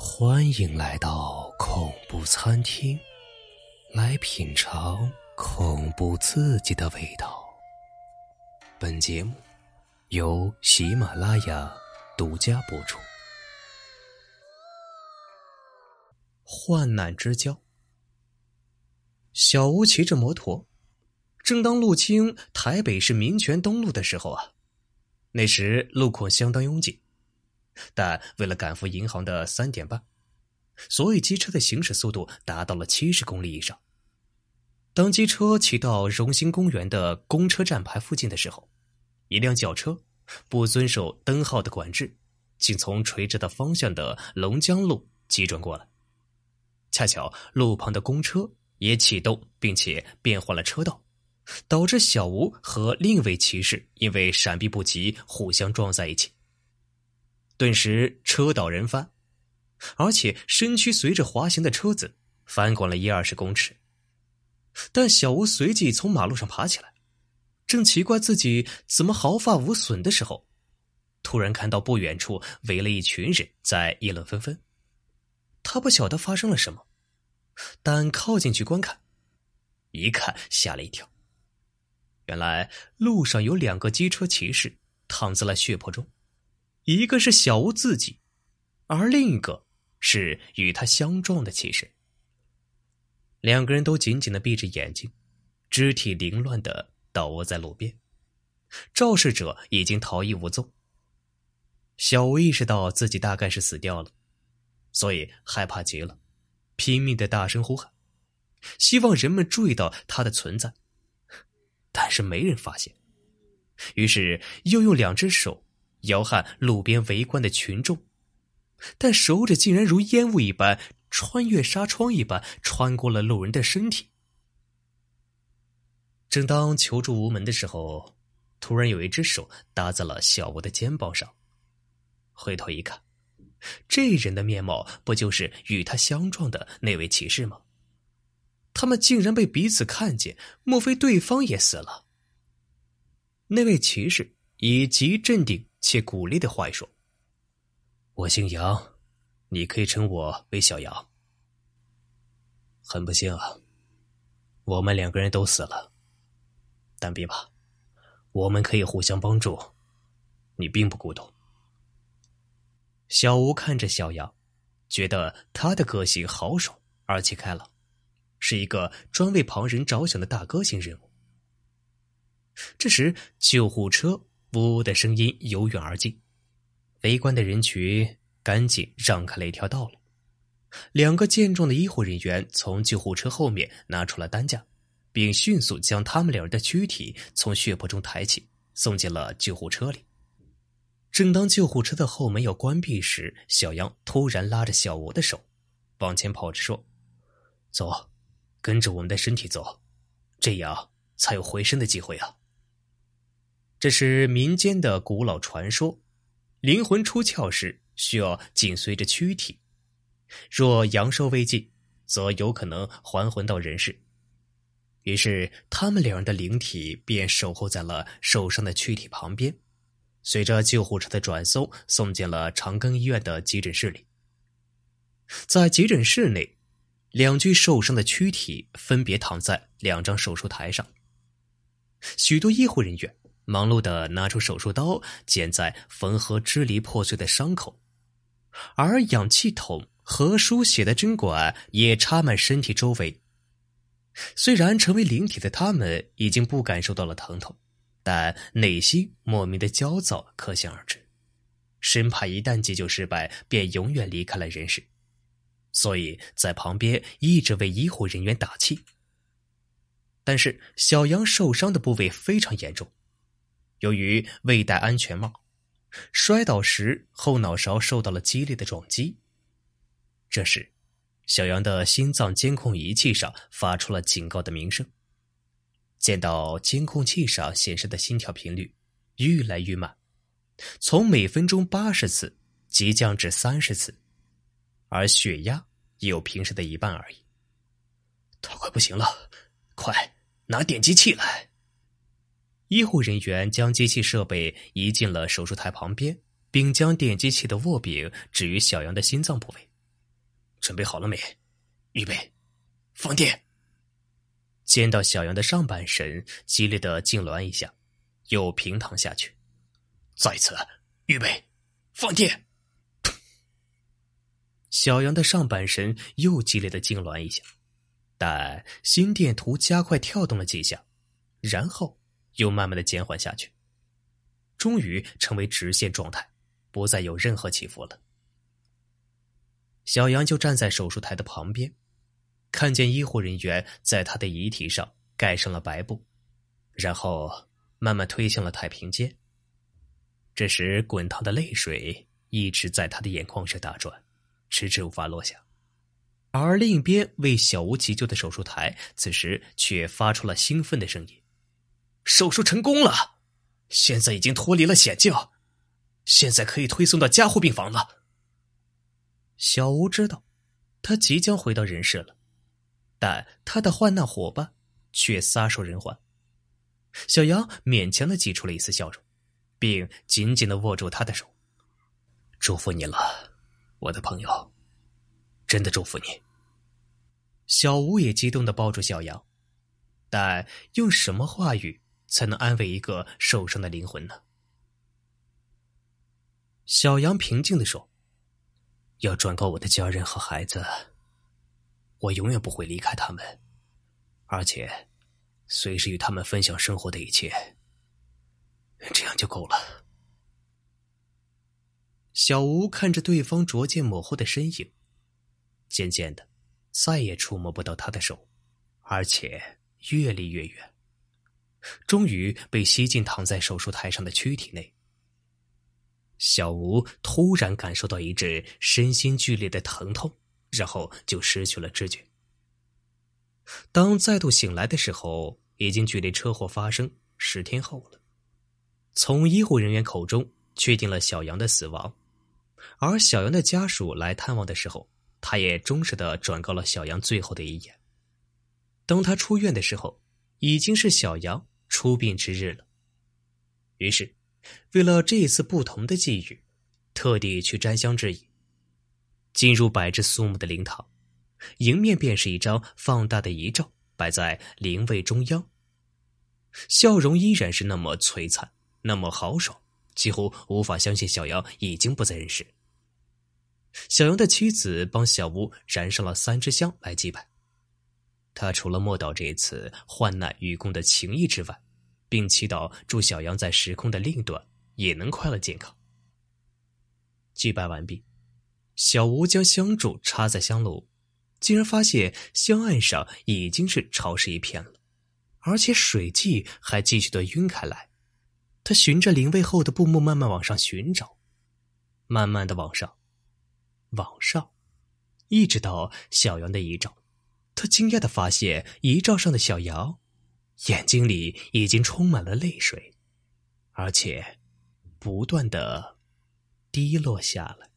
欢迎来到恐怖餐厅，来品尝恐怖刺激的味道。本节目由喜马拉雅独家播出。患难之交。小吴骑着摩托，正当路经台北市民权东路的时候那时路况相当拥挤，但为了赶赴银行的3点半，所以机车的行驶速度达到了70公里以上。当机车骑到荣兴公园的公车站牌附近的时候，一辆轿车不遵守灯号的管制，竟从垂直的方向的龙江路急转过来。恰巧路旁的公车也启动并且变换了车道，导致小吴和另一位骑士因为闪避不及互相撞在一起，顿时车倒人翻，而且身躯随着滑行的车子翻滚了10-20公尺。但小吴随即从马路上爬起来，正奇怪自己怎么毫发无损的时候，突然看到不远处围了一群人在议论纷纷。他不晓得发生了什么，但靠近去观看，一看吓了一跳。原来路上有2个机车骑士躺在了血泊中，一个是小吴自己，而另一个是与他相撞的骑士。2个人都紧紧地闭着眼睛，肢体凌乱地倒卧在路边，肇事者已经逃逸无踪。小吴意识到自己大概是死掉了，所以害怕极了，拼命地大声呼喊，希望人们注意到他的存在，但是没人发现。于是又用2只手摇撼路边围观的群众，但手指竟然如烟雾一般，穿越纱窗一般穿过了路人的身体。正当求助无门的时候，突然有一只手搭在了小吴的肩膀上。回头一看，这人的面貌不就是与他相撞的那位骑士吗？他们竟然被彼此看见，莫非对方也死了？那位骑士以极镇定且鼓励的话说：“我姓杨，你可以称我为小杨。很不幸我们2个人都死了，但别怕，我们可以互相帮助，你并不孤独。”小吴看着小杨，觉得他的个性豪爽而且开朗，是一个专为旁人着想的大哥型人物。这时救护车呜呜的声音由远而近，围观的人群赶紧让开了一条道路。2个健壮的医护人员从救护车后面拿出了担架，并迅速将他们2人的躯体从血泊中抬起，送进了救护车里。正当救护车的后门要关闭时，小杨突然拉着小吴的手往前跑着说：“走，跟着我们的身体走，这样才有回升的机会啊。”这是民间的古老传说，灵魂出窍时需要紧随着躯体，若阳寿未尽，则有可能还魂到人世。于是他们2人的灵体便守候在了受伤的躯体旁边，随着救护车的转送送进了长庚医院的急诊室里。在急诊室内，2具受伤的躯体分别躺在2张手术台上，许多医护人员忙碌地拿出手术刀剪在缝合支离破碎的伤口，而氧气筒和输血的针管也插满身体周围。虽然成为灵体的他们已经不感受到了疼痛，但内心莫名的焦躁可想而知，生怕一旦急救失败便永远离开了人世，所以在旁边一直为医护人员打气。但是小杨受伤的部位非常严重，由于未戴安全帽，摔倒时后脑勺受到了激烈的撞击。这时小杨的心脏监控仪器上发出了警告的鸣声，见到监控器上显示的心跳频率愈来愈慢，从每分钟80次急降至30次，而血压也有平时的一半而已。他快不行了，快拿点击器来！医护人员将机器设备移进了手术台旁边，并将点击器的握柄置于小杨的心脏部位， 准备好了没？预备，放电！见到小羊的上半身激烈的痉挛一下，又平躺下去。再次，预备，放电！小羊的上半身又激烈的痉挛一下，但心电图加快跳动了几下，然后又慢慢的减缓下去，终于成为直线状态，不再有任何起伏了。小羊就站在手术台的旁边，看见医护人员在他的遗体上盖上了白布，然后慢慢推向了太平间。这时滚烫的泪水一直在他的眼眶上打转，迟迟无法落下。而另一边为小吴急救的手术台此时却发出了兴奋的声音：手术成功了，现在已经脱离了险境，现在可以推送到加护病房了。小吴知道他即将回到人世了，但他的患难伙伴却撒手人寰。小杨勉强地挤出了一丝笑容，并紧紧地握住他的手。祝福你了，我的朋友，真的祝福你。小吴也激动地抱住小杨，但用什么话语才能安慰一个受伤的灵魂呢？小杨平静地说：要转告我的家人和孩子，我永远不会离开他们，而且随时与他们分享生活的一切，这样就够了。小吴看着对方逐渐模糊的身影，渐渐的再也触摸不到他的手，而且越离越远，终于被吸进躺在手术台上的躯体内。小吴突然感受到一阵身心剧烈的疼痛，然后就失去了知觉。当再度醒来的时候，已经距离车祸发生10天后了。从医护人员口中确定了小杨的死亡，而小杨的家属来探望的时候，他也忠实地转告了小杨最后的遗言。当他出院的时候，已经是小杨出殡之日了。于是为了这一次不同的际遇，特地去沾香致意。进入摆置肃穆的灵堂，迎面便是一张放大的遗照摆在灵位中央，笑容依然是那么璀璨，那么豪爽，几乎无法相信小杨已经不在人世。小杨的妻子帮小吴燃上了3支香来祭拜，他除了默祷这一次患难与共的情谊之外，并祈祷祝小杨在时空的另一端也能快乐健康。祭拜完毕，小吴将香柱插在香炉，竟然发现香案上已经是潮湿一片了，而且水迹还继续的晕开来。他循着灵位后的布幕慢慢往上寻找，慢慢的往上，一直到小杨的遗照。他惊讶的发现遗照上的小杨眼睛里已经充满了泪水，而且不断的滴落下来。